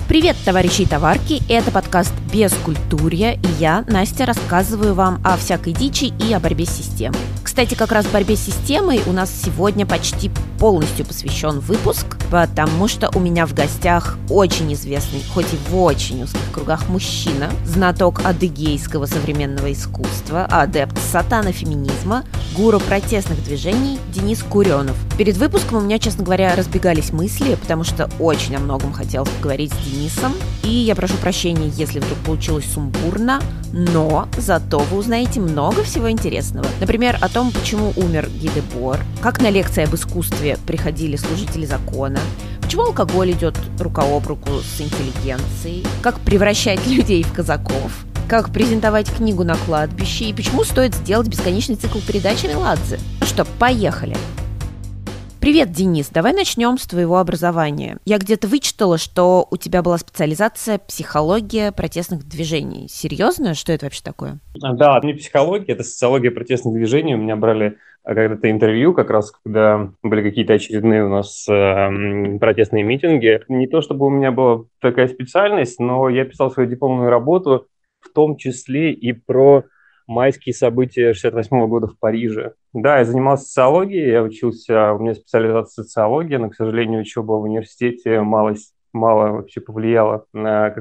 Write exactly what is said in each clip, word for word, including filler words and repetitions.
Привет, товарищи и товарки! Это подкаст «Бескультурье», и я, Настя, рассказываю вам о всякой дичи и о борьбе с системой. Кстати, как раз борьбе с системой у нас сегодня почти полностью посвящен выпуск, потому что у меня в гостях очень известный, хоть и в очень узких кругах мужчина, знаток адыгейского современного искусства, адепт сатанофеминизма, гуру протестных движений Денис Куренов. Перед выпуском у меня, честно говоря, разбегались мысли, потому что очень о многом хотелось поговорить с Денисом, и я прошу прощения, если вдруг получилось сумбурно, но зато вы узнаете много всего интересного. Например, о том, почему умер Ги де Бор, как на лекции об искусстве приходили служители закона, почему алкоголь идет рука об руку с интеллигенцией, как превращать людей в казаков, как презентовать книгу на кладбище и почему стоит сделать бесконечный цикл передач о Меладзе. Ну что, поехали! Привет, Денис. Давай начнем с твоего образования. Я где-то вычитала, что у тебя была специализация психология протестных движений. Серьезно? Что это вообще такое? Да, не психология, это социология протестных движений. У меня брали когда-то интервью, как раз когда были какие-то очередные у нас э, протестные митинги. Не то чтобы у меня была такая специальность, но я писал свою дипломную работу, в том числе и про майские события шестьдесят восьмого года в Париже. Да, я занимался социологией, я учился, у меня специализация социология, но, к сожалению, учеба в университете мало, мало вообще повлияла на,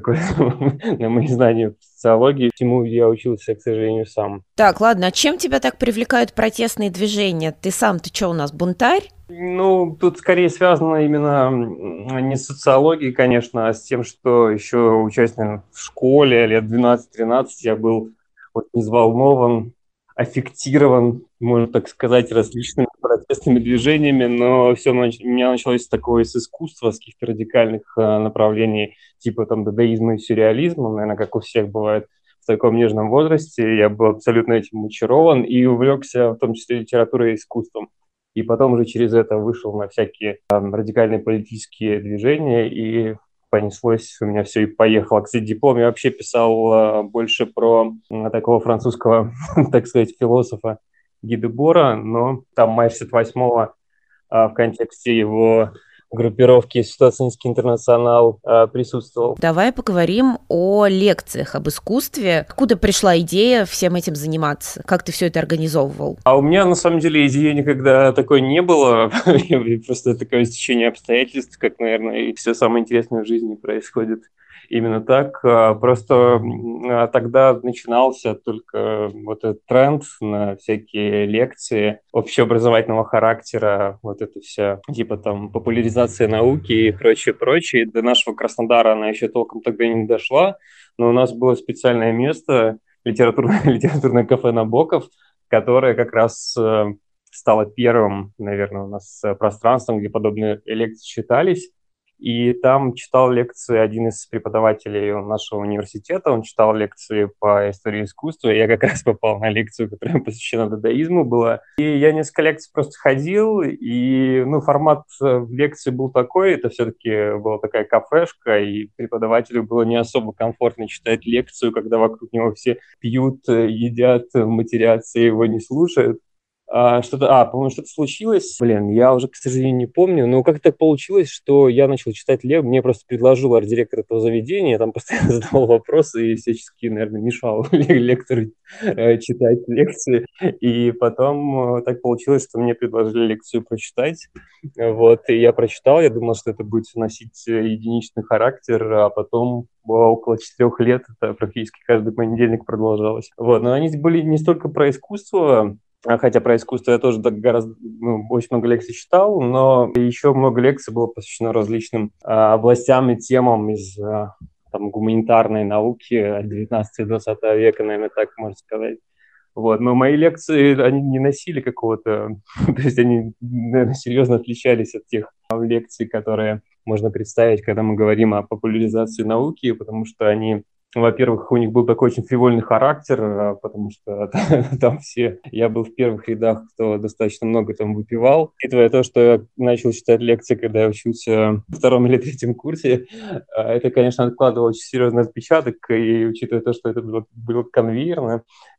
на мои знания в социологии. Всему я учился, к сожалению, сам. Так, ладно, а чем тебя так привлекают протестные движения? Ты сам, ты что у нас, бунтарь? Ну, тут скорее связано именно не с социологией, конечно, а с тем, что еще учась, наверное, в школе лет двенадцать-тринадцать я был вот взволнован, аффектирован, можно так сказать, различными протестными движениями, но все нач... у меня началось такое с искусства, с каких-то радикальных э, направлений, типа там дадаизма и сюрреализма, наверное, как у всех бывает в таком нежном возрасте. Я был абсолютно этим очарован и увлекся в том числе литературой и искусством. И потом уже через это вышел на всякие э, радикальные политические движения, и понеслось у меня все и поехало. Кстати, диплом я вообще писал э, больше про э, такого французского, так сказать, философа Ги де Бора, но там май шестьдесят восьмого э, в контексте его группировки «Ситуационистский интернационал» э, присутствовал. Давай поговорим о лекциях об искусстве. Откуда пришла идея всем этим заниматься? Как ты все это организовывал? А у меня, на самом деле, идеи никогда такой не было. Просто такое стечение обстоятельств, как, наверное, и все самое интересное в жизни происходит именно так. Просто тогда начинался только вот этот тренд на всякие лекции общеобразовательного характера, вот это вся, типа там, популяризация науки и прочее, прочее. До нашего Краснодара она еще толком тогда не дошла, но у нас было специальное место, литературное, литературное кафе «Набоков», которое как раз э, стало первым, наверное, у нас пространством, где подобные лекции читались. И там читал лекции один из преподавателей нашего университета, он читал лекции по истории искусства, и я как раз попал на лекцию, которая посвящена дадаизму была. И я несколько лекций просто ходил, и ну, формат лекции был такой, это все-таки была такая кафешка, и преподавателю было не особо комфортно читать лекцию, когда вокруг него все пьют, едят, матерятся и его не слушают. А, что-то, а, по-моему, что-то случилось. Блин, я уже, к сожалению, не помню. Но как так получилось, что я начал читать Лев, мне просто предложил арт-директор этого заведения, я там постоянно задавал вопросы и всячески, наверное, мешал лектору э, читать лекции. И потом э, так получилось, что мне предложили лекцию прочитать. Вот, и я прочитал, я думал, что это будет носить единичный характер, а потом около четырех лет это практически каждый понедельник продолжалось. Вот, но они были не столько про искусство, хотя про искусство я тоже гораздо, ну, очень много лекций читал, но еще много лекций было посвящено различным а, областям и темам из а, там, гуманитарной науки девятнадцатого-двадцатого века, наверное, так можно сказать. Вот. Но мои лекции, они не носили какого-то... То есть они, наверное, серьезно отличались от тех лекций, которые можно представить, когда мы говорим о популяризации науки, потому что они... Во-первых, у них был такой очень фривольный характер, потому что там все... Я был в первых рядах, кто достаточно много там выпивал. Учитывая то, что я начал читать лекции, когда я учился в втором или третьем курсе, это, конечно, откладывало очень серьезный отпечаток, и учитывая то, что это был, был конвейерно,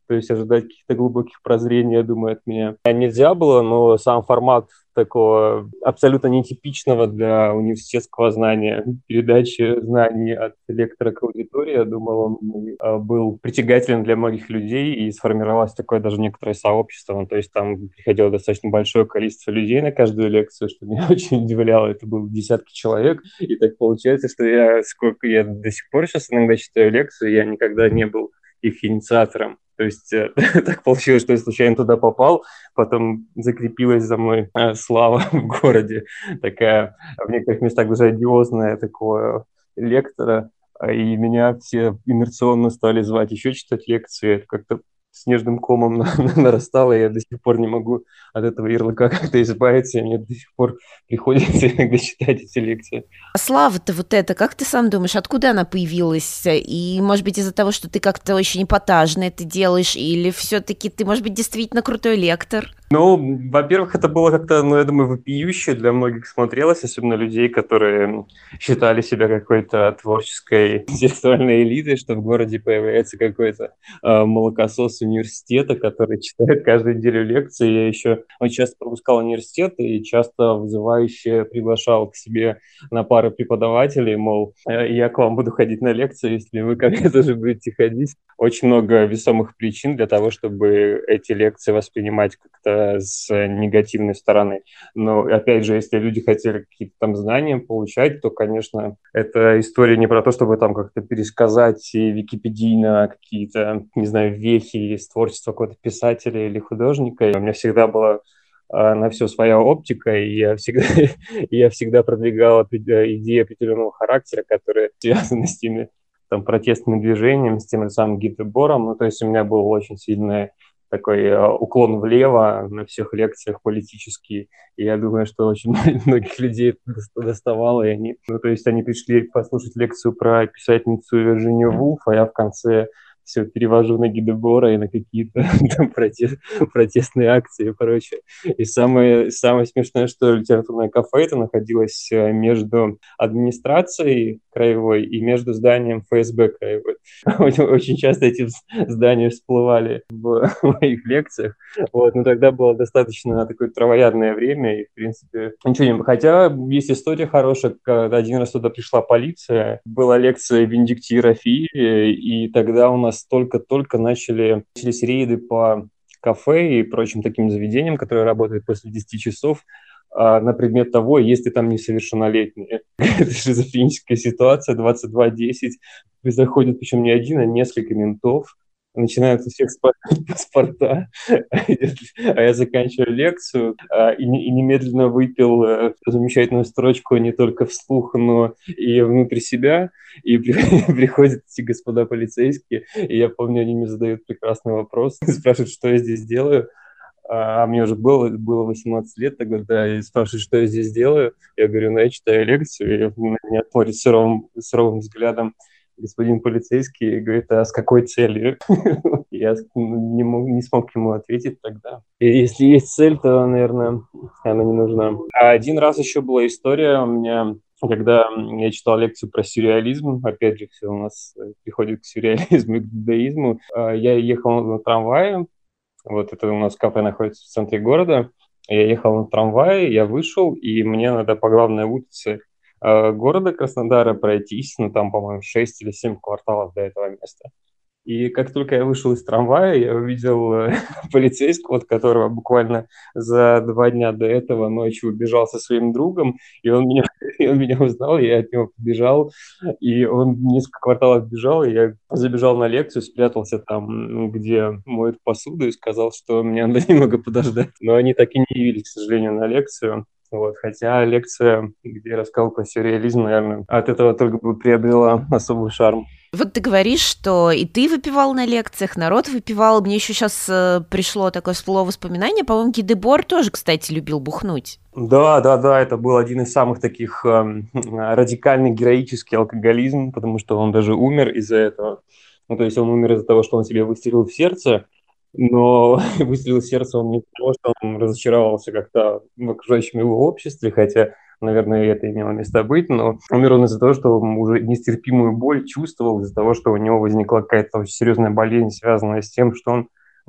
то есть ожидать каких-то глубоких прозрений, я думаю, от меня нельзя было, но сам формат такого абсолютно нетипичного для университетского знания, передачи знаний от лектора к аудитории, я думал, он э, был притягателен для многих людей, и сформировалось такое даже некоторое сообщество. Ну, то есть там приходило достаточно большое количество людей на каждую лекцию, что меня очень удивляло. Это было десятки человек, и так получается, что я, сколько я до сих пор сейчас иногда читаю лекции, я никогда не был их инициатором. То есть э, так получилось, что я случайно туда попал, потом закрепилась за мной э, слава в городе, такая в некоторых местах даже одиозная такого лектора, а, и меня все инерционно стали звать еще читать лекции. Это как-то снежным комом на- на- нарастало, и я до сих пор не могу от этого ярлыка как-то избавиться, и мне до сих пор приходится иногда читать эти лекции. А слава-то вот эта, как ты сам думаешь, откуда она появилась? И, может быть, из-за того, что ты как-то очень эпатажно это делаешь, или все-таки ты, может быть, действительно крутой лектор? Ну, во-первых, это было как-то, ну, я думаю, вопиюще для многих смотрелось, особенно людей, которые считали себя какой-то творческой интеллектуальной элитой, что в городе появляется какой-то э, молокосос университета, который читает каждую неделю лекции. Я еще очень часто пропускал университет и часто вызывающе приглашал к себе на пары преподавателей, мол, э, я к вам буду ходить на лекции, если вы ко мне тоже будете ходить. Очень много весомых причин для того, чтобы эти лекции воспринимать как-то с негативной стороны. Но, опять же, если люди хотели какие-то там знания получать, то, конечно, эта история не про то, чтобы там как-то пересказать и википедийно какие-то, не знаю, вехи из творчества какого-то писателя или художника. У меня всегда была а, на все своя оптика, и я всегда, я всегда продвигал опре- идеи определенного характера, которые связаны с теми там, протестным движением, с тем же самым гитобором. Ну, то есть у меня был очень сильный такой э, уклон влево на всех лекциях политический. И я думаю, что очень многих людей это дос- доставало, и они, ну, то есть они пришли послушать лекцию про писательницу Вирджинию Вулф, а я в конце все перевожу на Гидебора и на какие-то там протест, протестные акции и прочее. И самое, самое смешное, что литературное кафе это находилось э, между администрацией краевой и между зданием эф эс бэ краевой. Очень, очень часто эти здания всплывали в моих лекциях. Вот, но тогда было достаточно такое травоядное время, и, в принципе, ничего не... Хотя есть история хорошая, когда один раз туда пришла полиция, была лекция Венедиктии Рафии, и тогда у нас только-только начали, начались рейды по кафе и прочим таким заведениям, которые работают после десяти часов, а, на предмет того, есть ли там несовершеннолетние. Это шизофреническая ситуация, двадцать два десять, заходит, причем не один, а несколько ментов, начинают у всех спрашивать паспорта, а я заканчиваю лекцию а, и, не- и немедленно выпил э, эту замечательную строчку не только вслух, но и внутри себя, и при- приходят эти господа полицейские, и я помню, они мне задают прекрасный вопрос, спрашивают, что я здесь делаю, а мне уже было, было восемнадцать лет тогда, да, и спрашивают, что я здесь делаю. Я говорю, ну, я читаю лекцию, и на меня смотрит суровым, суровым взглядом господин полицейский и говорит, а с какой целью? Я не, мог, не смог ему ответить тогда. И если есть цель, то, наверное, она не нужна. А один раз еще была история у меня, когда я читал лекцию про сюрреализм, опять же, все у нас приходит к сюрреализму и к дадаизму, я ехал на трамвае, вот это у нас кафе находится в центре города. Я ехал на трамвае, я вышел, и мне надо по главной улице э, города Краснодара пройтись, ну там, по-моему, шесть или семь кварталов до этого места. И как только я вышел из трамвая, я увидел э, полицейского, от которого буквально за два дня до этого ночью убежал со своим другом, и он меня, и он меня узнал, я от него побежал, и он несколько кварталов бежал, и я забежал на лекцию, спрятался там, где моют посуду, и сказал, что мне надо немного подождать. Но они так и не явились, к сожалению, на лекцию. Вот, хотя лекция, где я рассказал про сюрреализм, наверное, от этого только бы приобрела особый шарм. Вот ты говоришь, что и ты выпивал на лекциях, народ выпивал. Мне еще сейчас э, пришло такое всплыло воспоминание. По-моему, Гидебор тоже, кстати, любил бухнуть. Да, да, да, это был один из самых таких эм, радикальный героический алкоголизм, потому что он даже умер из-за этого. Ну, то есть он умер из-за того, что он себе выстрелил в сердце, но выстрелил в сердце он не из-за того, что он разочаровался как-то в окружающем его обществе, хотя, наверное, это имело место быть, но умер он из-за того, что он уже нестерпимую боль чувствовал, из-за того, что у него возникла какая-то очень серьезная болезнь, связанная с тем, что он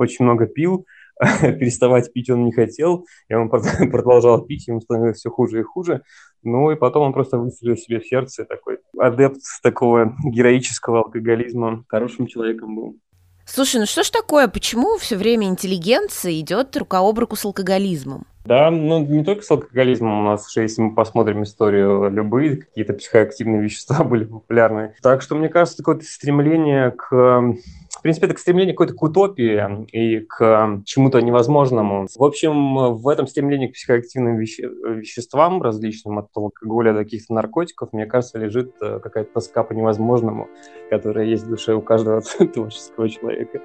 очень много пил, переставать пить он не хотел, и он продолжал пить, ему становилось все хуже и хуже. Ну и потом он просто выстрелил себе в сердце, такой адепт такого героического алкоголизма, хорошим человеком был. Слушай, ну что ж такое, почему все время интеллигенция идет рука об руку с алкоголизмом? Да, ну не только с алкоголизмом, у нас же, если мы посмотрим историю, любые какие-то психоактивные вещества были популярны. Так что, мне кажется, такое стремление к... В принципе, это стремление какой-то к утопии и к чему-то невозможному. В общем, в этом стремлении к психоактивным веще... веществам различным, от алкоголя до каких-то наркотиков, мне кажется, лежит какая-то тоска по невозможному, которая есть в душе у каждого творческого человека.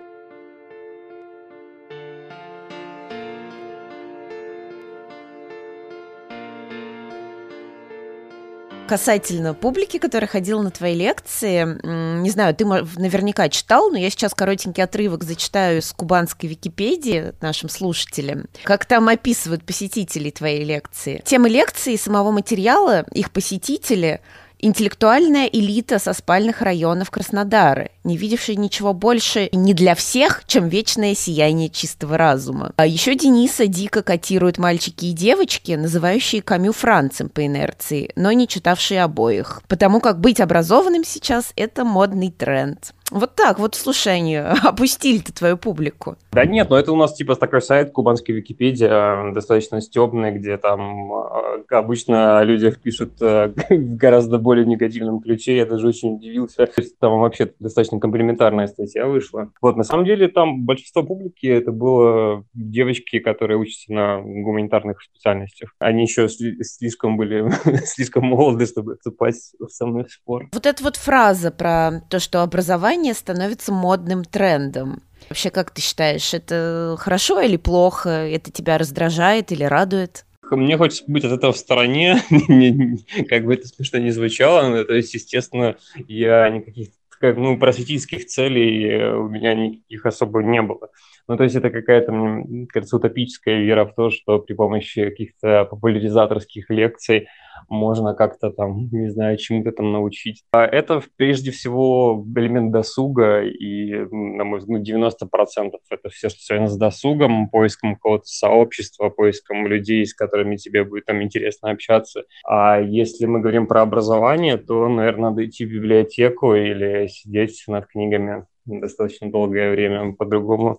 Касательно публики, которая ходила на твои лекции, не знаю, ты наверняка читал, но я сейчас коротенький отрывок зачитаю с кубанской Википедии нашим слушателям, как там описывают посетителей твоей лекции. Темы лекции и самого материала, их посетители — интеллектуальная элита со спальных районов Краснодара, не видевшая ничего больше не для всех, чем вечное сияние чистого разума. А еще Дениса дико котируют мальчики и девочки, называющие Камю Францем по инерции, но не читавшие обоих, потому как быть образованным сейчас – это модный тренд. Вот так вот, слушай, они опустили-то твою публику. Да нет, но это у нас типа такой сайт кубанской Википедия, достаточно стебный, где там обычно о людях пишут в гораздо более негативном ключе. Я даже очень удивился. Там вообще достаточно комплиментарная статья вышла. Вот, на самом деле там большинство публики это было девочки, которые учатся на гуманитарных специальностях. Они еще слишком были, слишком молоды, чтобы вступать со мной в спор. Вот эта вот фраза про то, что образование становится модным трендом. Вообще, как ты считаешь, это хорошо или плохо? Это тебя раздражает или радует? Мне хочется быть от этого в стороне, как бы это смешно не звучало, но, то есть, естественно, я никаких ну, просветительских целей у меня никаких особо не было. Ну, то есть это какая-то, мне кажется, утопическая вера в то, что при помощи каких-то популяризаторских лекций можно как-то там, не знаю, чему-то там научить. А это прежде всего элемент досуга, и, на мой взгляд, девяносто процентов это все, что связано с досугом, поиском какого-то сообщества, поиском людей, с которыми тебе будет там интересно общаться. А если мы говорим про образование, то, наверное, надо идти в библиотеку или сидеть над книгами достаточно долгое время, по-другому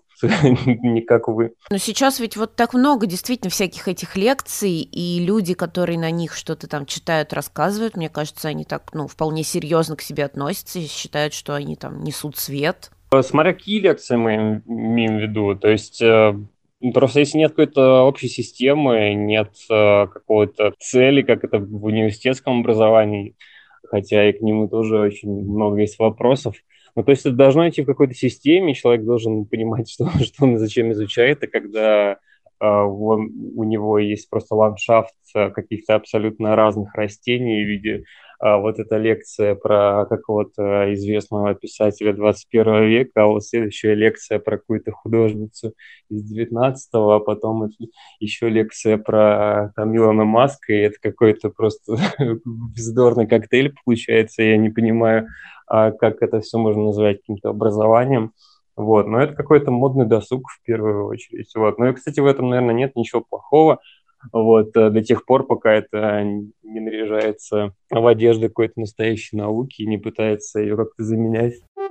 никак, увы. Но сейчас ведь вот так много действительно всяких этих лекций, и люди, которые на них что-то там читают, рассказывают, мне кажется, они так, ну, вполне серьезно к себе относятся и считают, что они там несут свет. Смотря какие лекции мы имеем в виду, то есть... Просто если нет какой-то общей системы, нет какой-то цели, как это в университетском образовании, хотя и к нему тоже очень много есть вопросов. Ну, то есть это должно идти в какой-то системе, человек должен понимать, что, что он и зачем изучает, и когда э, он, у него есть просто ландшафт каких-то абсолютно разных растений в виде а вот эта лекция про какого-то известного писателя двадцать первого века, а вот следующая лекция про какую-то художницу из девятнадцатого, а потом еще лекция про там, Илона Маска, и это какой-то просто вздорный коктейль получается, я не понимаю, а как это все можно назвать каким-то образованием. Вот, но это какой-то модный досуг в первую очередь. Вот. Ну и, кстати, в этом, наверное, нет ничего плохого. Вот, до тех пор, пока это не наряжается в одежду какой-то настоящей науки и не пытается ее как-то заменять.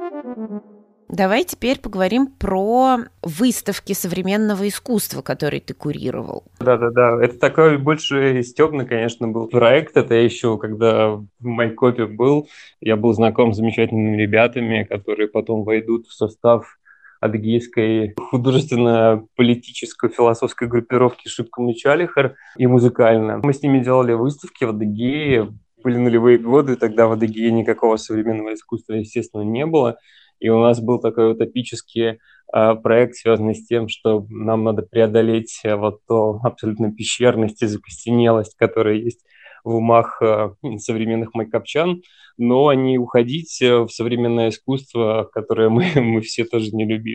Давай теперь поговорим про выставки современного искусства, которые ты курировал. Да-да-да, это такой больше стебный, конечно, был проект. Это еще, когда в Майкопе был, я был знаком с замечательными ребятами, которые потом войдут в состав адыгейской художественно-политической философской группировки Шипкам и Чалихар и музыкально. Мы с ними делали выставки в Адыгее, были нулевые годы, тогда в Адыгее никакого современного искусства, естественно, не было. И у нас был такой утопический э, проект, связанный с тем, что нам надо преодолеть э, вот ту абсолютно пещерность и закостенелость, которая есть в умах э, современных майкопчан, но не уходить в современное искусство, которое мы, мы все тоже не любили.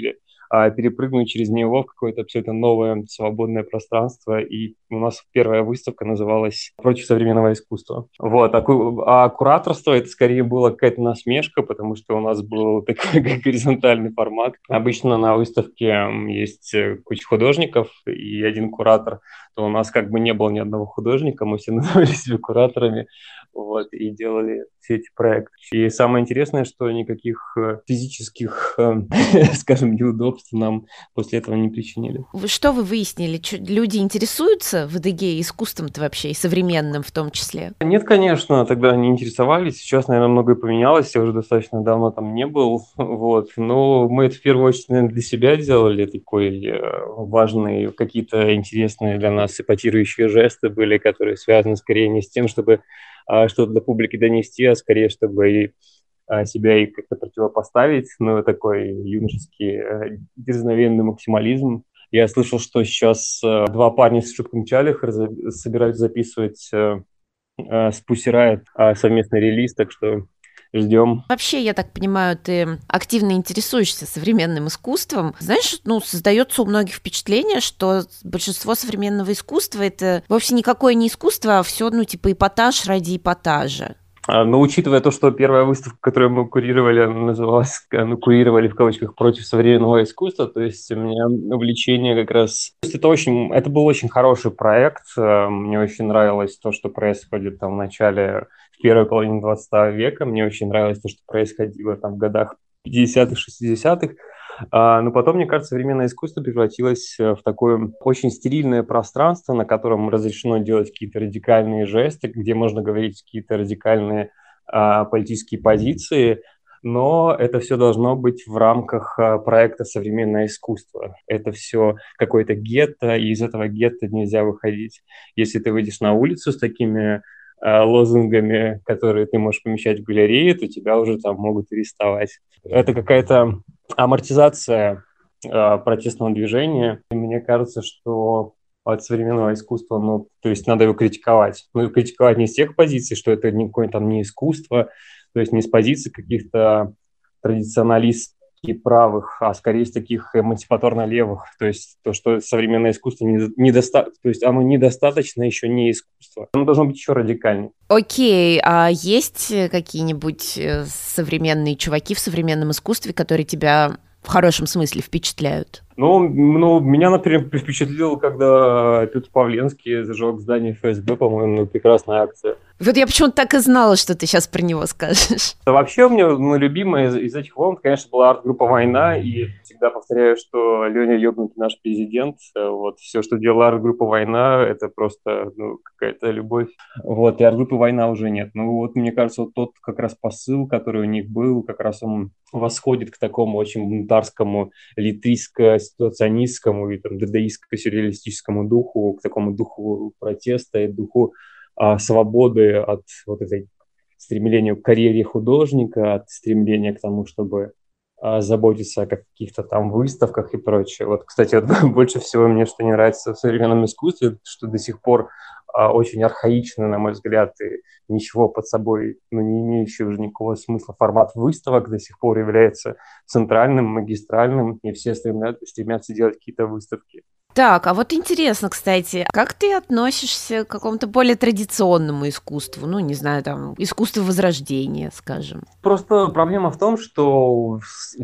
а, перепрыгнуть через него в какое-то абсолютно новое свободное пространство. И у нас первая выставка называлась «Против современного искусства». Вот. А, ку- а кураторство — это скорее была какая-то насмешка, потому что у нас был такой как горизонтальный формат. Обычно на выставке м, есть э, куча художников и один куратор. То у нас как бы не было ни одного художника, мы все называли себя кураторами, вот, и делали все эти проекты. И самое интересное, что никаких э, физических, э, скажем, неудобств нам после этого не причинили. Вы- Что вы выяснили? Чё, люди интересуются в ЭДГ искусством-то вообще, и современным в том числе? Нет, конечно, тогда не интересовались. Сейчас, наверное, многое поменялось. Я уже достаточно давно там не был. Вот. Но мы это в первую очередь, наверное, для себя делали. Такой э, важные, какие-то интересные для нас эпатирующие жесты были, которые связаны скорее не с тем, чтобы а, что-то до публики донести, а скорее, чтобы и а, себя и как-то противопоставить. Ну, такой юношеский э, дерзновенный максимализм. Я слышал, что сейчас э, два парня с Шутком Чалих разо- собираются записывать э, э, с Pussy Riot э, совместный релиз, так что ждем. Вообще, я так понимаю, ты активно интересуешься современным искусством. Знаешь, ну, создается у многих впечатление, что большинство современного искусства — это вовсе никакое не искусство, а все, ну, типа эпатаж ради эпатажа. А, Но учитывая то, что первая выставка, которую мы курировали, она называлась, э, ну, курировали в кавычках «Против современного искусства», то есть у меня увлечение как раз... То есть это очень, это был очень хороший проект, э, мне очень нравилось то, что происходит там в начале, в первой половине двадцатого века, мне очень нравилось то, что происходило там в годах пятидесятых, шестидесятых. А, Но потом, мне кажется, современное искусство превратилось э, в такое очень стерильное пространство, на котором разрешено делать какие-то радикальные жесты, где можно говорить какие-то радикальные а, политические позиции, но это все должно быть в рамках а, проекта «Современное искусство». Это все какое-то гетто, и из этого гетто нельзя выходить. Если ты выйдешь на улицу с такими а, лозунгами, которые ты можешь помещать в галерее, то тебя уже там могут арестовать. Это какая-то амортизация э, протестного движения. И мне кажется, что от современного искусства, ну, то есть надо его критиковать. Ну, критиковать не с тех позиций, что это никакое там не искусство, то есть не с позиций каких-то традиционалистских правых, а скорее с таких эмансипаторно-левых. То есть то, что современное искусство не, недоста... то есть оно недостаточно еще не искусство. Оно должно быть еще радикальнее. Окей, а есть э, какие-нибудь э, современные чуваки в современном искусстве, которые тебя в хорошем смысле впечатляют? Ну, ну, меня, например, впечатлило, когда Петр Павленский зажег здание эф эс бэ, по-моему, ну, прекрасная акция. Вот я почему-то так и знала, что ты сейчас про него скажешь. Да, вообще, у меня ну, любимая из, из этих волн, конечно, была арт-группа «Война», и всегда повторяю, что Леня ёбнутый наш президент. Э, Вот, все, что делала арт-группа «Война», это просто ну, какая-то любовь. Вот, и арт-группы «Война» уже нет. Ну, вот, мне кажется, вот тот как раз посыл, который у них был, как раз он восходит к такому очень бунтарскому, литристско-ситуационистскому и там, дадаистско-сюрреалистическому духу, к такому духу протеста и духу а, свободы от вот этой стремлению к карьере художника, от стремления к тому, чтобы а, заботиться о каких-то там выставках и прочее. Вот, кстати, вот, больше всего мне что не нравится в современном искусстве, что до сих пор а, очень архаично, на мой взгляд, и ничего под собой, ну, не имеющий уже никакого смысла формат выставок до сих пор является центральным, магистральным, и все стремятся, стремятся делать какие-то выставки. Так, а вот интересно, кстати, как ты относишься к какому-то более традиционному искусству? Ну, не знаю, там, искусству Возрождения, скажем. Просто проблема в том, что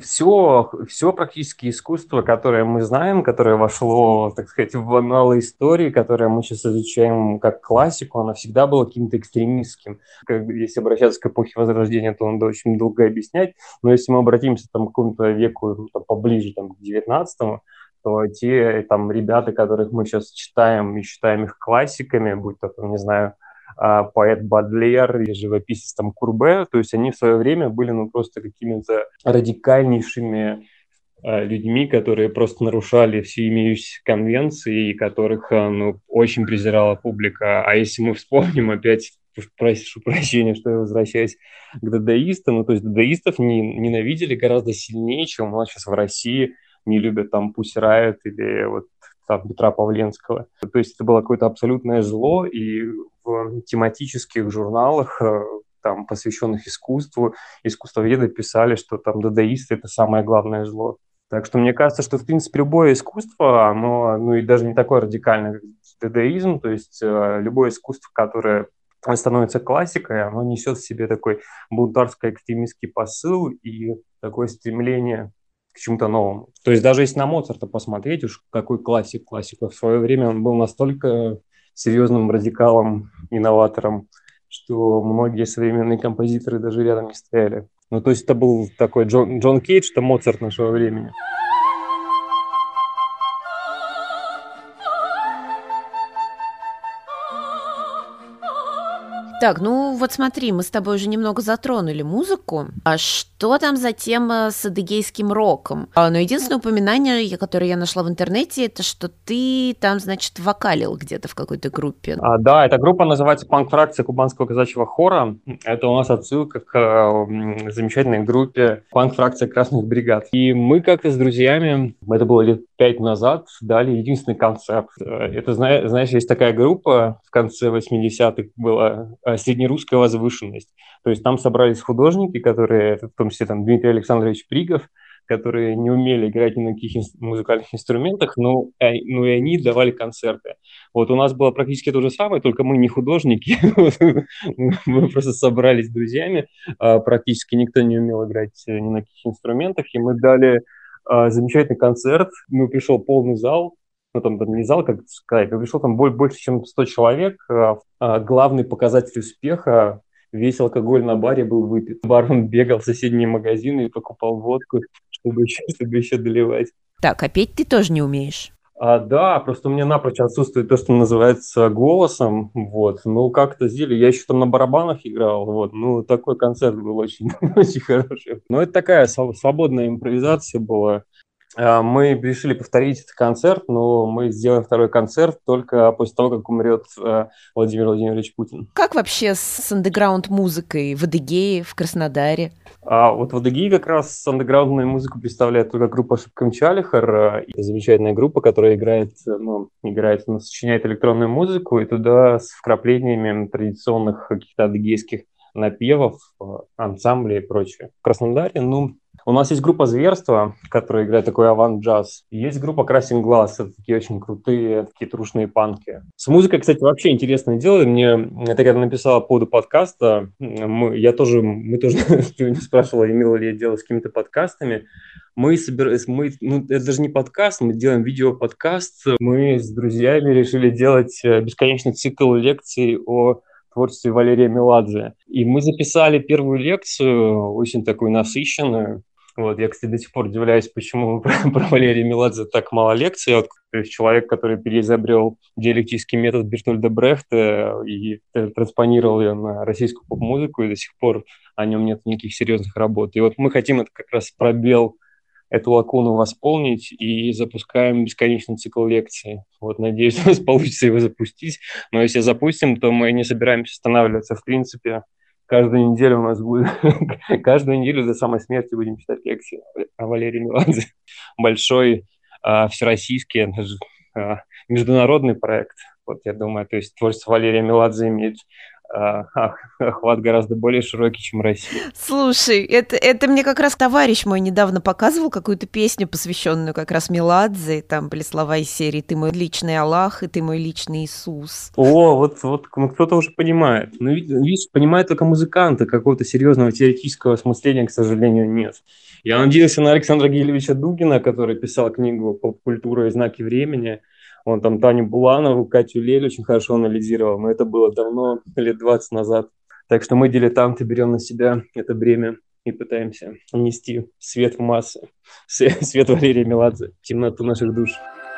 все, все практически искусство, которое мы знаем, которое вошло, так сказать, в анналы истории, которое мы сейчас изучаем как классику, оно всегда было каким-то экстремистским. Как, бы, если обращаться к эпохе Возрождения, то надо очень долго объяснять, но если мы обратимся там, к какому-то веку ну, там, поближе там, к девятнадцатому, то те там ребята, которых мы сейчас читаем и считаем их классиками, будь то, там, не знаю, а, поэт Бадлер или живописец там Курбе, то есть они в свое время были ну просто какими-то радикальнейшими а, людьми, которые просто нарушали все имеющиеся конвенции и которых а, ну, очень презирала публика. А если мы вспомним опять, уж прошу прощения, что я возвращаюсь к дадаистам, ну то есть дадаистов не, ненавидели гораздо сильнее, чем у нас сейчас в России не любят там Pussy Riot или вот там, Петра Павленского. То есть это было какое-то абсолютное зло, и в тематических журналах, э, там, посвященных искусству, искусствоведы писали, что там дадаисты — это самое главное зло. Так что мне кажется, что, в принципе, любое искусство, оно, ну и даже не такое радикальное, как дадаизм, то есть э, любое искусство, которое становится классикой, оно несет в себе такой бунтарско-экстремистский посыл и такое стремление к чему-то новому. То есть даже если на Моцарта посмотреть, уж какой классик классика, в свое время он был настолько серьезным радикалом, инноватором, что многие современные композиторы даже рядом не стояли. Ну, то есть это был такой Джон, Джон Кейдж, это Моцарт нашего времени. Так, ну вот смотри, мы с тобой уже немного затронули музыку. А что там за тема с адыгейским роком? А, но единственное упоминание, которое я нашла в интернете, это что ты там, значит, вокалил где-то в какой-то группе. А, да, эта группа называется «Панк-фракция Кубанского казачьего хора». Это у нас отсылка к э, замечательной группе «Панк-фракция Красных бригад». И мы как-то с друзьями, это было лет пять назад, дали единственный концерт. Это, знаешь, есть такая группа в конце восьмидесятых была «Среднерусская возвышенность». То есть там собрались художники, которые, в том числе там Дмитрий Александрович Пригов, которые не умели играть ни на каких музыкальных инструментах, но, ну и они давали концерты. Вот у нас было практически то же самое, только мы не художники, мы просто собрались с друзьями, практически никто не умел играть ни на каких инструментах, и мы дали замечательный концерт, ну, пришел полный зал, ну, там, там не зал, как сказать, пришел там больше, чем сто человек. Главный показатель успеха — весь алкоголь на баре был выпит. Бармен бегал в соседние магазины и покупал водку, чтобы еще, чтобы еще доливать. Так, а петь ты тоже не умеешь? А, да, просто у меня напрочь отсутствует то, что называется голосом, вот, ну, как-то сделали, я еще там на барабанах играл, вот, ну, такой концерт был очень, очень хороший. Но это такая свободная импровизация была. Мы решили повторить этот концерт, но мы сделаем второй концерт только после того, как умрет Владимир Владимирович Путин. Как вообще с андеграунд-музыкой в Адыгее, в Краснодаре? А вот в Адыгее как раз андеграундную музыку представляет только группа Шипкам Чалихар. Замечательная группа, которая играет, ну, играет, ну, сочиняет электронную музыку, и туда с вкраплениями традиционных каких-то адыгейских напевов, ансамблей и прочее. В Краснодаре, ну, у нас есть группа «Зверство», которая играет такой авант-джаз. И есть группа «Красин глаз». Это такие очень крутые, такие трушные панки. С музыкой, кстати, вообще интересное дело. Мне это когда написала по поводу подкаста, мы, я тоже, мы тоже спрашивала, имела ли я дело с какими-то подкастами. Мы собираем, мы, ну, это даже не подкаст, мы делаем видео-подкаст. Мы с друзьями решили делать бесконечный цикл лекций о творчестве Валерия Меладзе. И мы записали первую лекцию, очень такую насыщенную. Вот, я, кстати, до сих пор удивляюсь, почему про, про Валерия Меладзе так мало лекций. Вот, то есть человек, который переизобрел диалектический метод Бертольда Брехта и транспонировал ее на российскую поп-музыку, и до сих пор о нем нет никаких серьезных работ. И вот мы хотим это как раз пробел, эту лакуну восполнить, и запускаем бесконечный цикл лекций. Вот, надеюсь, у нас получится его запустить. Но если запустим, то мы не собираемся останавливаться. В принципе, каждую неделю у нас будет, каждую неделю до самой смерти будем читать лекции о Валерии Меладзе. Большой а, всероссийский, даже, а, международный проект. Вот, я думаю, то есть творчество Валерия Меладзе имеет охват гораздо более широкий, чем Россия. Слушай, это, это мне как раз товарищ мой недавно показывал какую-то песню, посвященную как раз Меладзе. Там были слова из серии «Ты мой личный Аллах, и ты мой личный Иисус». О, вот, вот ну, кто-то уже понимает. Ну, видишь, понимают только музыканты, какого-то серьезного теоретического осмысления, к сожалению, нет. Я надеялся на Александра Гилевича Дугина, который писал книгу «Поп-культура и знаки времени». Он там Таню Буланову, Катю Лель очень хорошо анализировал, но это было давно, лет двадцать назад. Так что мы, дилетанты, берем на себя это бремя и пытаемся нести свет в массы, свет Валерия Меладзе, темноту наших душ.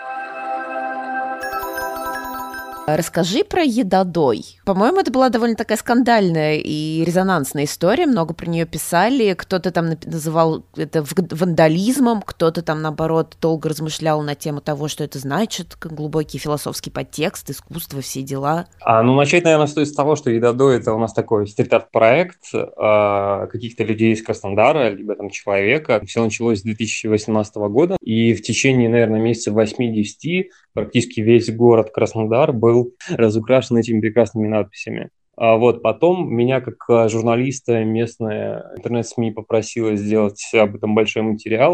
Расскажи про Едадой. По-моему, это была довольно такая скандальная и резонансная история. Много про нее писали. Кто-то там называл это вандализмом, кто-то там, наоборот, долго размышлял на тему того, что это значит, как глубокий философский подтекст, искусство, все дела. А, ну, начать, наверное, стоит с того, что Едадой — это у нас такой стрит-арт-проект э, каких-то людей из Краснодара, либо там человека. Все началось с две тысячи восемнадцатого года, и в течение, наверное, месяцев восьми-десяти практически весь город Краснодар был разукрашен этими прекрасными надписями. А вот потом меня, как журналиста, местная интернет-СМИ попросила сделать об этом большой материал.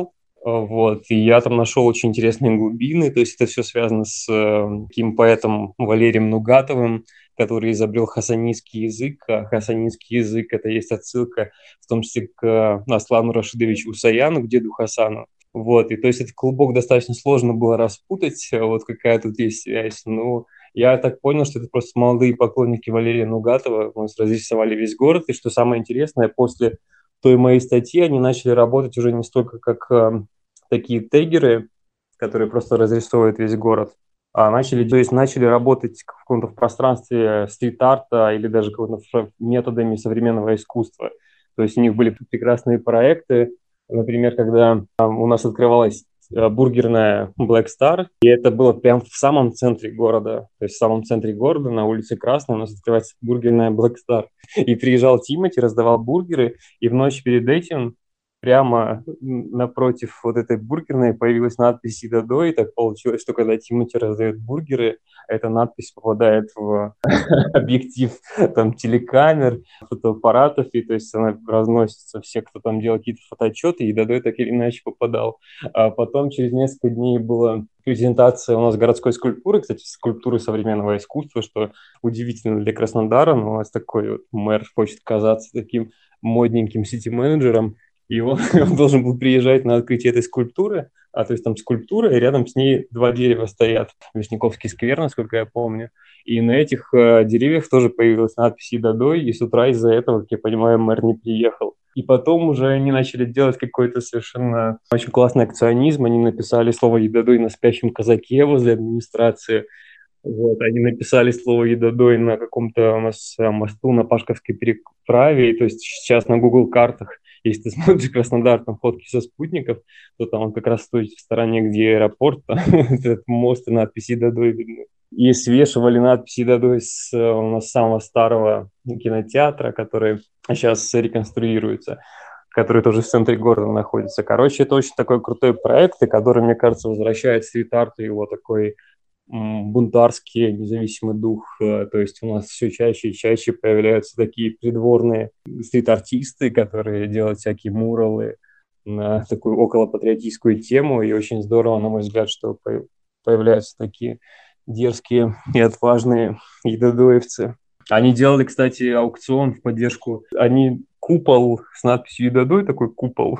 Вот, и я там нашел очень интересные глубины, то есть это все связано с э, таким поэтом Валерием Нугатовым, который изобрел хасанистский язык, а хасанистский язык — это есть отсылка в том числе к Аслану Рашидовичу Усаяну, к деду Хасану. Вот, и то есть этот клубок достаточно сложно было распутать, вот какая тут есть связь. Ну, я так понял, что это просто молодые поклонники Валерия Нугатова, мы разрисовали весь город, и что самое интересное, после той моей статьи они начали работать уже не столько как э, такие тегеры, которые просто разрисовывают весь город, а начали, то есть начали работать в каком-то пространстве стрит-арта или даже какими-то методами современного искусства. То есть у них были прекрасные проекты, например, когда у нас открывалась э, бургерная Black Star, и это было прямо в самом центре города, то есть в самом центре города, на улице Красной, у нас открывается бургерная Black Star. И приезжал Тимати, раздавал бургеры, и в ночь перед этим прямо напротив вот этой бургерной появилась надпись «Идадо», и так получилось, что когда Тимати раздает бургеры, эта надпись попадает в объектив там телекамер, фотоаппаратов, и то есть она разносится, все, кто там делал какие-то фотоотчеты, и Дадой так или иначе попадал. А потом через несколько дней была презентация у нас городской скульптуры, кстати, скульптуры современного искусства, что удивительно для Краснодара, но у нас такой вот мэр хочет казаться таким модненьким сити-менеджером, и он, он должен был приезжать на открытие этой скульптуры, а то есть там скульптура, и рядом с ней два дерева стоят. Вишняковский сквер, насколько я помню. И на этих э, деревьях тоже появилась надпись «Идадой», и с утра из-за этого, как я понимаю, мэр не приехал. И потом уже они начали делать какой-то совершенно очень классный акционизм. Они написали слово «Идадой» на спящем казаке возле администрации. Вот, они написали слово «Идадой» на каком-то у нас э, мосту на Пашковской переправе. И то есть сейчас на Google картах, если ты смотришь Краснодар, там фотки со спутников, то там он как раз стоит в стороне, где аэропорт, там, этот мост и надпись «Идадой» видны. И свешивали надписи «Дадой» с э, у нас самого старого кинотеатра, который сейчас реконструируется, который тоже в центре города находится. Короче, это очень такой крутой проект, и который, мне кажется, возвращает стрит-арт и его такой м, бунтарский независимый дух. Э, То есть у нас все чаще и чаще появляются такие придворные стрит-артисты, которые делают всякие муралы на такую околопатриотическую тему, и очень здорово, на мой взгляд, что по- появляются такие дерзкие и отважные идадоевцы. Они делали, кстати, аукцион в поддержку. Они купол с надписью «Идадой», такой купол,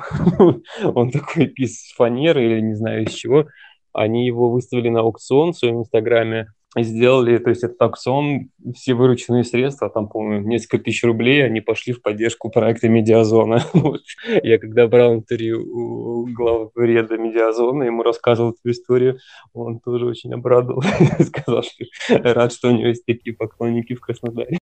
он такой из фанеры или не знаю из чего. Они его выставили на аукцион в своем инстаграме, сделали, то есть этот аукцион, все вырученные средства, там, по-моему, несколько тысяч рублей, они пошли в поддержку проекта «Медиазона». Вот. Я когда брал интервью у главреда «Медиазона», ему рассказывал эту историю, он тоже очень обрадовался, сказал, что рад, что у него есть такие поклонники в Краснодаре.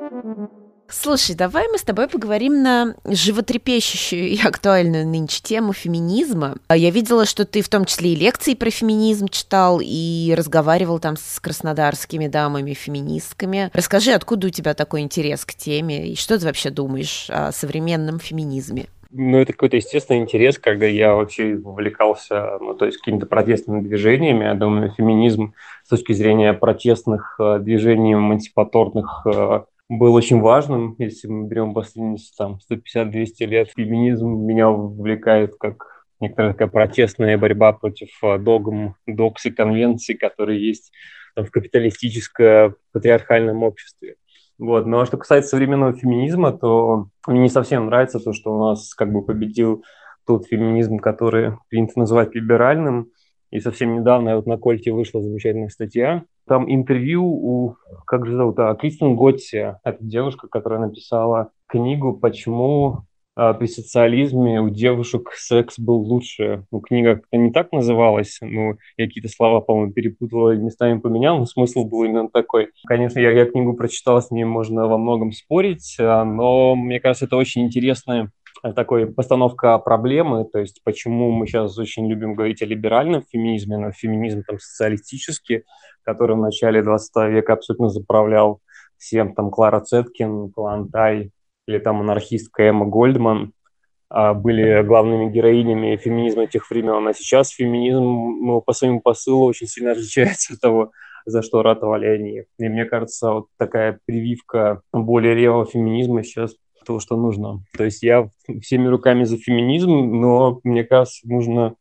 Слушай, давай мы с тобой поговорим на животрепещущую и актуальную нынче тему феминизма. Я видела, что ты в том числе и лекции про феминизм читал и разговаривал там с краснодарскими дамами-феминистками. Расскажи, откуда у тебя такой интерес к теме и что ты вообще думаешь о современном феминизме? Ну, это какой-то естественный интерес, когда я вообще увлекался, ну, то есть какими-то протестными движениями. Я думаю, феминизм с точки зрения протестных э, движений, эмансипаторных, э, был очень важным. Если мы берем последние там, сто пятьдесят - двести лет, феминизм меня увлекает как некоторая такая протестная борьба против э, догм, докс и конвенций, которые есть там, в капиталистическо-патриархальном обществе. Вот. Ну а что касается современного феминизма, то мне не совсем нравится то, что у нас как бы победил тот феминизм, который принято называть либеральным. И совсем недавно вот на Кольте вышла замечательная статья. Там интервью у, как же зовут, а, Кристин Готти. Это девушка, которая написала книгу «Почему а, при социализме у девушек секс был лучше». Ну, книга как-то не так называлась, ну, я какие-то слова, по-моему, перепутала и местами поменял, но смысл был именно такой. Конечно, я, я книгу прочитал, с ней можно во многом спорить, а, но мне кажется, это очень интересная э, такой постановка проблемы, то есть почему мы сейчас очень любим говорить о либеральном феминизме, но феминизм там социалистический, который в начале двадцатого века абсолютно заправлял всем, там Клара Цеткин, Калантай, или там анархистка Эмма Гольдман а, были главными героинями феминизма тех времен. А сейчас феминизм ну, по своему посылу очень сильно отличается от того, за что ратовали они. И мне кажется, вот такая прививка более левого феминизма сейчас то, что нужно. То есть я всеми руками за феминизм, но мне кажется, нужно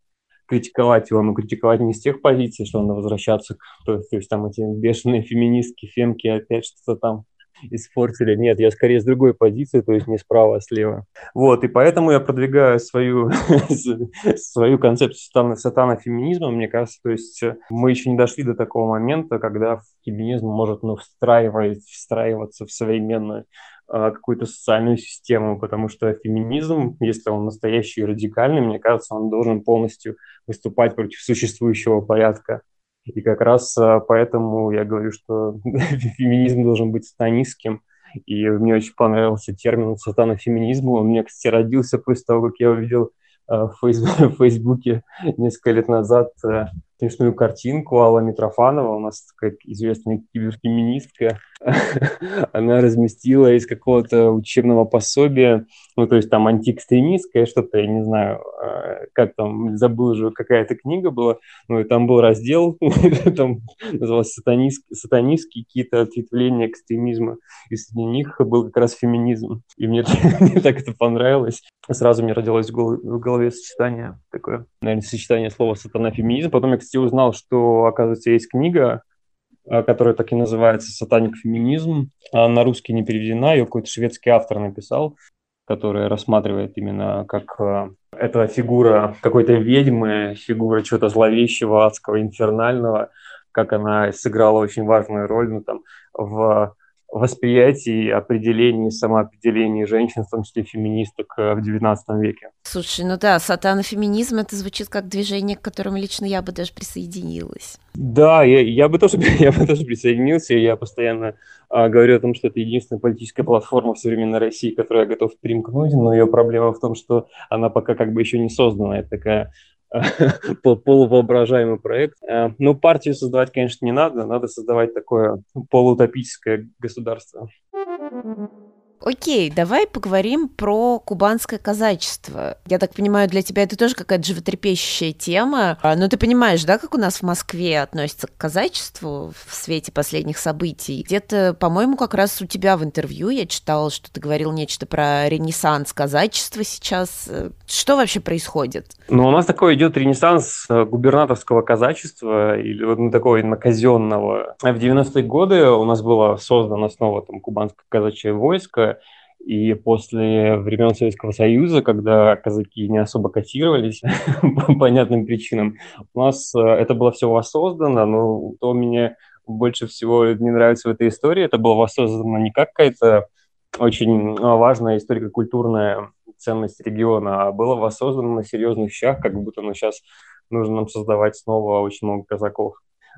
критиковать его, но критиковать не с тех позиций, что надо возвращаться, к- то, то есть там эти бешеные феминистки, фемки опять что-то там испортили. Нет, я скорее с другой позиции, то есть не справа, а слева. Вот, и поэтому я продвигаю свою, свою концепцию сатана, сатана-феминизма, мне кажется, то есть э, мы еще не дошли до такого момента, когда феминизм может, ну, встраивать, встраиваться в современную а, какую-то социальную систему, потому что феминизм, если он настоящий и радикальный, мне кажется, он должен полностью выступать против существующего порядка. И как раз а, поэтому я говорю, что феминизм должен быть сатанистским. И мне очень понравился термин сатанофеминизм. Он у меня, кстати, родился после того, как я увидел а, в Фейс- в Фейсбуке несколько лет назад а, смешную картинку Алла Митрофанова, у нас такая известная киберфеминистка. Она разместила из какого-то учебного пособия, ну, то есть там антиэкстремистское что-то, я не знаю, а, как там, забыл уже, какая-то книга была, ну, и там был раздел, там назывался «Сатанист- «Сатанистские какие-то ответвления экстремизма», и среди них был как раз феминизм. И мне, мне так это понравилось. Сразу мне родилось в гол- в голове сочетание такое, наверное, сочетание слова «сатана-феминизм». Потом я, кстати, узнал, что, оказывается, есть книга, а, которая так и называется «Сатаник феминизм». Она на русский не переведена, ее какой-то шведский автор написал, который рассматривает именно как э, эта фигура какой-то ведьмы, фигура чего-то зловещего, адского, инфернального, как она сыграла очень важную роль, ну, там, в восприятии, определении, самоопределении женщин, в том числе феминисток э, в девятнадцатом веке. Слушай, ну да, сатанофеминизм это звучит как движение, к которому лично я бы даже присоединилась. Да, я, я бы тоже, я бы тоже присоединился. Я постоянно а, говорю о том, что это единственная политическая платформа в современной России, которую я готов примкнуть, но ее проблема в том, что она пока как бы еще не создана. Это такая а, пол- полувоображаемый проект. А, Ну, партию создавать, конечно, не надо. Надо создавать такое полуутопическое государство. Окей, давай поговорим про кубанское казачество. Я так понимаю, для тебя это тоже какая-то животрепещущая тема. А, Но ты понимаешь, да, как у нас в Москве относятся к казачеству в свете последних событий? Где-то, по-моему, как раз у тебя в интервью я читала, что ты говорил нечто про ренессанс казачества сейчас. Э, Что вообще происходит? Но у нас такой идет ренессанс э, губернаторского казачества или вот, ну, такого именно казенного. В девяностые годы у нас было создано снова там кубанское казачье войско, и после времен Советского Союза, когда казаки не особо котировались по понятным причинам, у нас э, это было все воссоздано, но то мне больше всего не нравится в этой истории, это было воссоздано не как какая-то очень а, важная историко-культурная ценность региона, а было воссоздано на серьезных щах, как будто ну, сейчас нужно нам создавать снова очень много казаков.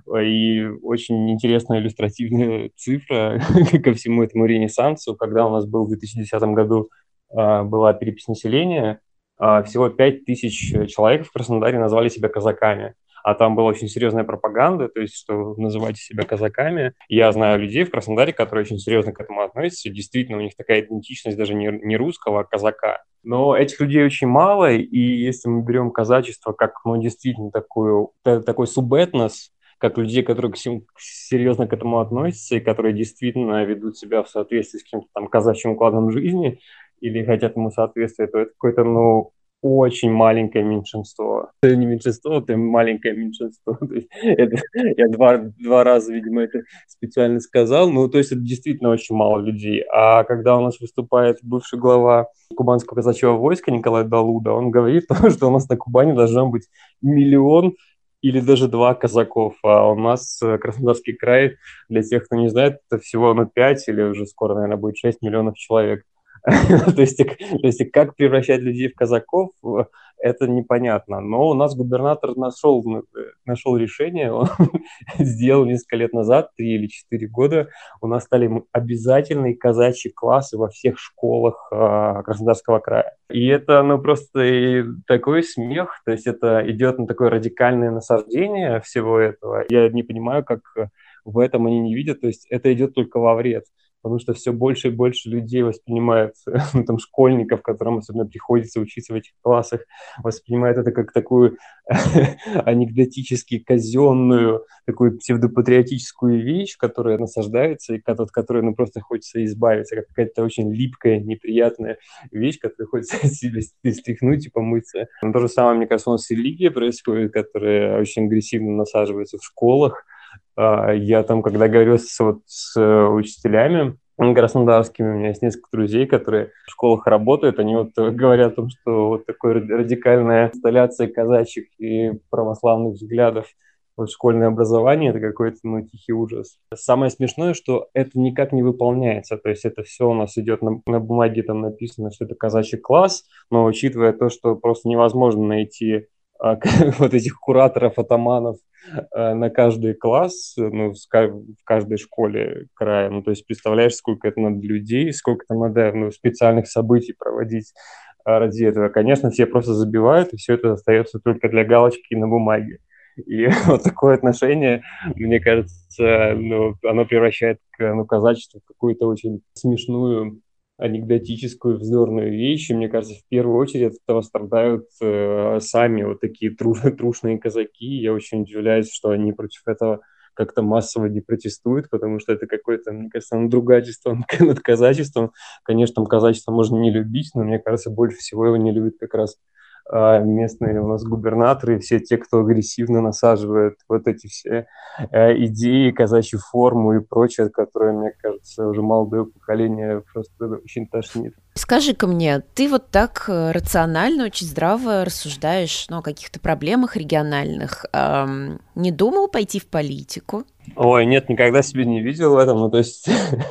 И очень интересная иллюстративная цифра ко всему этому ренессансу, когда у нас был в две тысячи десятом году а, была перепись населения, а, всего пять тысяч человек в Краснодаре назвали себя казаками. А там была очень серьезная пропаганда, то есть, что вы называете себя казаками. Я знаю людей в Краснодаре, которые очень серьезно к этому относятся. Действительно, у них такая идентичность даже не, не русского, а казака. Но этих людей очень мало, и если мы берем казачество как, ну, действительно такую, та- такой субэтнос, как людей, которые к сем- серьезно к этому относятся и которые действительно ведут себя в соответствии с каким-то там казачьим укладом жизни или хотят ему соответствовать, то это какой-то, ну, очень маленькое меньшинство. Это не меньшинство, это маленькое меньшинство. То есть это, я два, два раза, видимо, это специально сказал. Ну, то есть это действительно очень мало людей. А когда у нас выступает бывший глава кубанского казачьего войска Николай Далуда, он говорит, что у нас на Кубани должен быть миллион или даже два казаков. А у нас э, Краснодарский край, для тех, кто не знает, это всего ну, пять или уже скоро, наверное, будет шесть миллионов человек. То есть, то есть как превращать людей в казаков, э, это непонятно. Но у нас губернатор нашел, э, нашел решение, он сделал несколько лет назад, три или четыре года, у нас стали м- обязательные казачьи классы во всех школах а, Краснодарского края. И это, ну, просто и такой смех, то есть это идет на такое радикальное насаждение всего этого. Я не понимаю, как э, в этом они не видят, то есть это идет только во вред. потому что все больше и больше людей воспринимают, ну, там, школьников, которым особенно приходится учиться в этих классах, воспринимают это как такую анекдотически казенную, такую псевдопатриотическую вещь, которая насаждается и от которой, ну, просто хочется избавиться, как какая-то очень липкая, неприятная вещь, которую хочется от себя стряхнуть и помыться. Но то же самое, мне кажется, у нас с религией происходит, которая очень агрессивно насаживается в школах. А, Я там, когда говорю с, вот, с э, учителями краснодарскими, у меня есть несколько друзей, которые в школах работают, они вот э, говорят о том, что вот такая радикальная инсталляция казачьих и православных взглядов вот школьное образование — это какой-то, ну, тихий ужас. Самое смешное, что это никак не выполняется, то есть это все у нас идет на, на бумаге, там написано, что это казачий класс, но учитывая то, что просто невозможно найти а, вот этих кураторов, атаманов э, на каждый класс, ну, в ска- в каждой школе края. Ну, то есть представляешь, сколько это надо людей, сколько там надо, ну, специальных событий проводить а, ради этого. Конечно, все просто забивают, и все это остается только для галочки на бумаге. И вот такое отношение, мне кажется, ну, оно превращает ну, казачество в какую-то очень смешную, анекдотическую, вздорную вещь. И мне кажется, в первую очередь от этого страдают э, сами вот такие тру- трушные казаки. Я очень удивляюсь, что они против этого как-то массово не протестуют, потому что это какое-то, мне кажется, надругательство над казачеством. Конечно, там казачество можно не любить, но мне кажется, больше всего его не любят как раз а, местные у нас губернаторы, все те, кто агрессивно насаживает вот эти все э, идеи, казачью форму и прочее, которые, мне кажется, уже молодое поколение просто очень тошнит. Скажи-ка мне, ты вот так э, рационально, очень здраво рассуждаешь, ну, о каких-то проблемах региональных. Ам, не думал пойти в политику? Ой, нет, никогда себя не видел в этом. Ну, то есть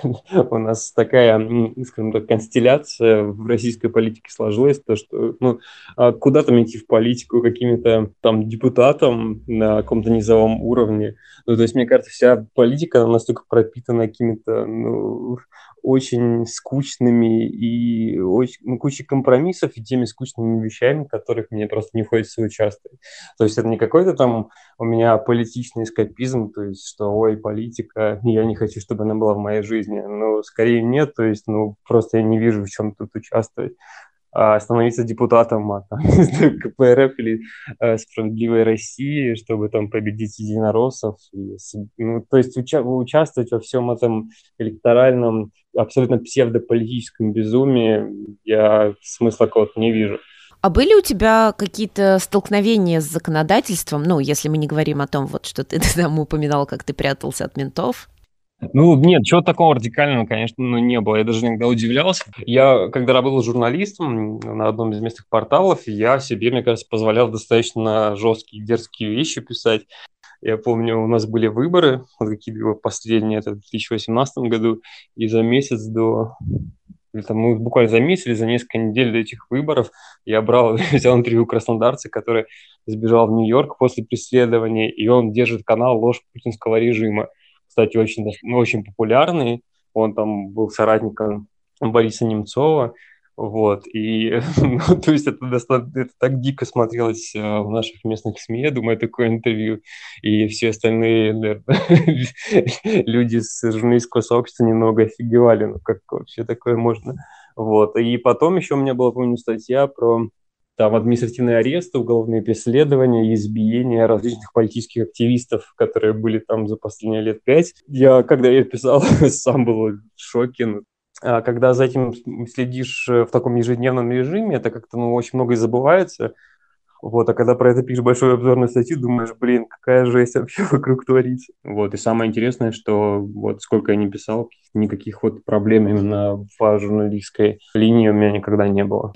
у нас такая, м, скажем так, констелляция в российской политике сложилась, то что, ну, а куда там идти в политику каким-то там депутатом на каком-то низовом уровне. Ну, то есть, мне кажется, вся политика она настолько пропитана какими-то, ну, очень скучными и очень, ну, кучей компромиссов и теми скучными вещами, в которых мне просто не хочется участвовать. То есть это не какой-то там у меня политичный эскапизм, то есть, что, ой, политика, я не хочу, чтобы она была в моей жизни. Ну, скорее нет, то есть, ну, просто я не вижу, в чем тут участвовать. А становиться депутатом а, там, ка пэ эр эф или э, «Справедливой России», чтобы там победить единороссов. И, с- ну, то есть уча- участвовать во всем этом электоральном, абсолютно псевдополитическом безумии я смысла какого-то не вижу. А были у тебя какие-то столкновения с законодательством? Ну, если мы не говорим о том, вот что ты там упоминал, как ты прятался от ментов. Ну, нет, чего такого радикального, конечно, ну, не было. Я даже иногда удивлялся. Я, когда работал журналистом на одном из местных порталов, я себе, мне кажется, позволял достаточно жесткие, дерзкие вещи писать. Я помню, у нас были выборы, вот какие-то последние, это в две тысячи восемнадцатом году, и за месяц до, или там, ну, буквально за месяц или за несколько недель до этих выборов я брал, взял интервью краснодарца, который сбежал в Нью-Йорк после преследования, и он держит канал «Ложь путинского режима». Кстати, очень, ну, очень популярный, он там был соратником Бориса Немцова, вот, и, ну, то есть это, достаточно, это так дико смотрелось э, в наших местных СМИ, я думаю, такое интервью, и все остальные, наверное, люди с журналистского сообщества немного офигевали, ну как вообще такое можно, вот, и потом еще у меня была, помню, статья про там административные аресты, уголовные преследования, избиения различных политических активистов, которые были там за последние лет пять. Я, когда я писал, сам был в шоке. Ну, а когда за этим следишь э, в таком ежедневном режиме, это как-то ну, очень много и забывается. Вот, а когда про это пишешь большую обзорную статью, думаешь, блин, какая жесть вообще вокруг творится. Вот, и самое интересное, что вот сколько я не писал, никаких вот проблем именно в журналистской линии у меня никогда не было.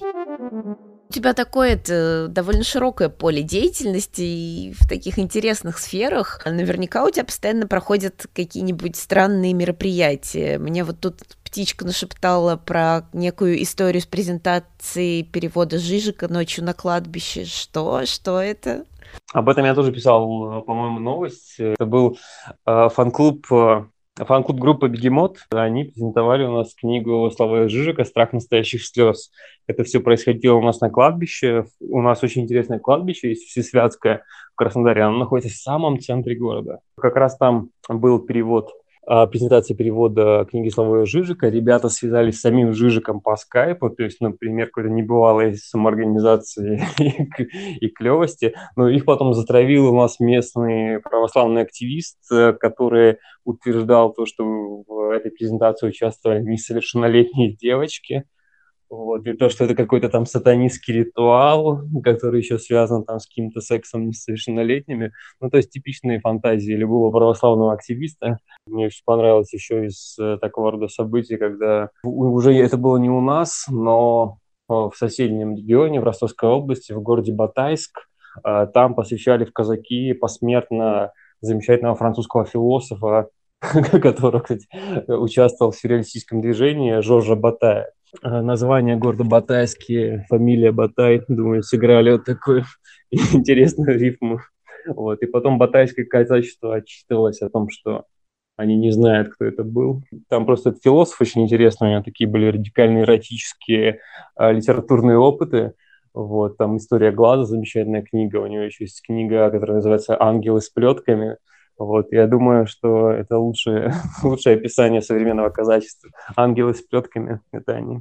У тебя такое это довольно широкое поле деятельности и в таких интересных сферах. Наверняка у тебя постоянно проходят какие-нибудь странные мероприятия. Мне вот тут птичка нашептала про некую историю с презентацией перевода Жижика ночью на кладбище. Что? Что это? Об этом я тоже писал, по-моему, новость. Это был э, фан-клуб, э, фан-клуб группы «Бегемот». Они презентовали у нас книгу Славы Жижика «Страх настоящих слез». Это все происходило у нас на кладбище. У нас очень интересное кладбище, есть Всесвятское в Краснодаре. Оно находится в самом центре города. Как раз там был перевод презентации перевода книги Славоя Жижика. Ребята связались с самим Жижиком по скайпу, то есть, например, какой-то небывалой самоорганизации и, и клевости. Но их потом затравил у нас местный православный активист, который утверждал то, что в этой презентации участвовали несовершеннолетние девочки. Вот, и то, что это какой-то там сатанистский ритуал, который еще связан там с каким-то сексом несовершеннолетними. Ну, то есть типичные фантазии любого православного активиста. Мне очень понравилось еще из э, такого рода событий, когда уже это было не у нас, но в соседнем регионе, в Ростовской области, в городе Батайск, э, там посвящали в казаки посмертно замечательного французского философа, который, кстати, участвовал в сюрреалистическом движении, Жоржа Батая. Название города Батайский, фамилия Батай, думаю, сыграли вот такую интересную рифму. Вот. И потом батайское казачество отчитывалось о том, что они не знают, кто это был. Там просто этот философ очень интересный, у него такие были радикальные эротические а, литературные опыты. Вот. Там «История глаза», замечательная книга. У него еще есть книга, которая называется «Ангелы с плетками». Вот, я думаю, что это лучшее, лучшее описание современного казачества. Ангелы с плетками – это они.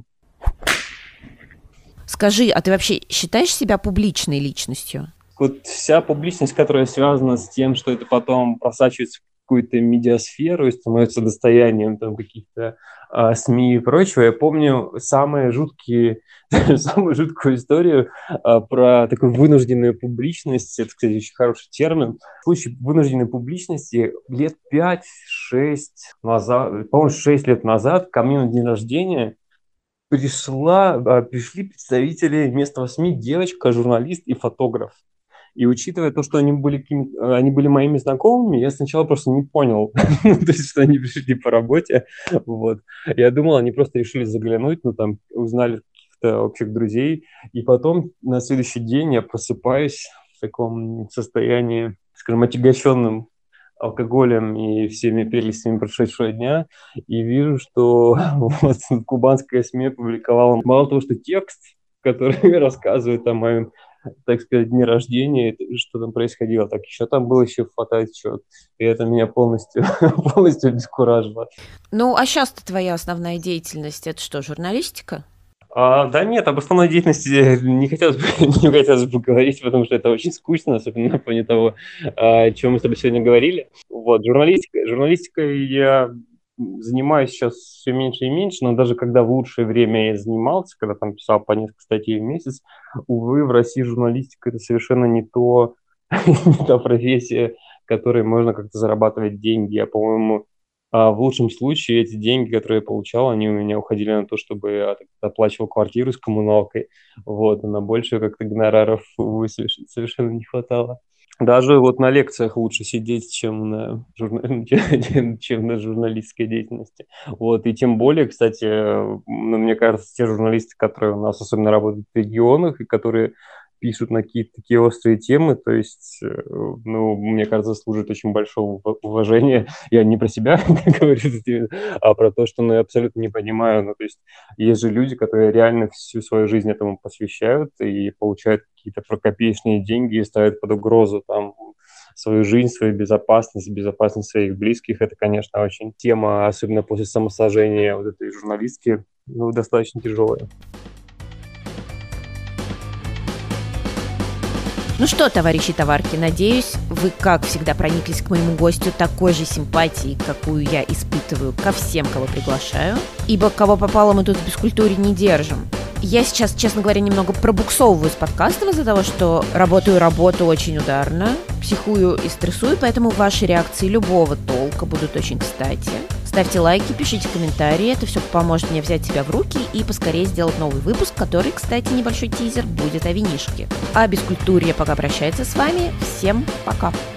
Скажи, а ты вообще считаешь себя публичной личностью? Вот вся публичность, которая связана с тем, что это потом просачивается в какую-то медиасферу и становится достоянием там, каких-то а, СМИ и прочего. Я помню самые жуткие, самую жуткую историю а, про такую вынужденную публичность. Это, кстати, очень хороший термин. В случае вынужденной публичности лет пять-шесть назад, по-моему, шесть лет назад ко мне на день рождения пришла, пришли представители местного СМИ, девочка, журналист и фотограф. И учитывая то, что они были, они были моими знакомыми, я сначала просто не понял, то есть, что они пришли по работе. Вот. Я думал, они просто решили заглянуть, ну, там, узнали каких-то общих друзей. И потом на следующий день я просыпаюсь в таком состоянии, скажем, отягощенным алкоголем и всеми прелестями прошедшего дня, и вижу, что вот, кубанская СМИ опубликовала мало того, что текст, который рассказывает о моем, так сказать, дне рождения, что там происходило, так еще там был еще фотоотчет, и это меня полностью, полностью обескуражило. Ну, а сейчас-то твоя основная деятельность, это что, журналистика? А, да нет, об основной деятельности не хотелось бы, не хотелось бы говорить, потому что это очень скучно, особенно на фоне того, о чем мы с тобой сегодня говорили. Вот, журналистика, журналистикой я занимаюсь сейчас все меньше и меньше, но даже когда в лучшее время я занимался, когда там писал по несколько статей в месяц, увы, в России журналистика – это совершенно не то, не та профессия, которой можно как-то зарабатывать деньги. Я, по-моему, в лучшем случае эти деньги, которые я получал, они у меня уходили на то, чтобы я оплачивал квартиру с коммуналкой, вот, а на больше как-то гонораров, увы, совершенно не хватало. Даже вот на лекциях лучше сидеть, чем на, журна... чем на журналистской деятельности. Вот. И тем более, кстати, ну, мне кажется, те журналисты, которые у нас особенно работают в регионах, и которые пишут на какие-то такие острые темы, то есть, ну, мне кажется, заслуживает очень большого уважения. Я не про себя говорю, а про то, что ну, я абсолютно не понимаю. Ну, то есть есть же люди, которые реально всю свою жизнь этому посвящают и получают какие-то прокопеечные деньги и ставят под угрозу там свою жизнь, свою безопасность, безопасность своих близких. Это, конечно, очень тема, особенно после самосожжения вот этой журналистки, ну, достаточно тяжелая. Ну что, товарищи товарки, надеюсь, вы, как всегда, прониклись к моему гостю такой же симпатией, какую я испытываю ко всем, кого приглашаю. Ибо кого попало, мы тут в бескультуре не держим. Я сейчас, честно говоря, немного пробуксовываю с подкастом из-за того, что работаю работу очень ударно, психую и стрессую, поэтому ваши реакции любого толка будут очень кстати. Ставьте лайки, пишите комментарии, это все поможет мне взять себя в руки и поскорее сделать новый выпуск, который, кстати, небольшой тизер, будет о винишке. А Бескультурье пока прощается с вами. Всем пока!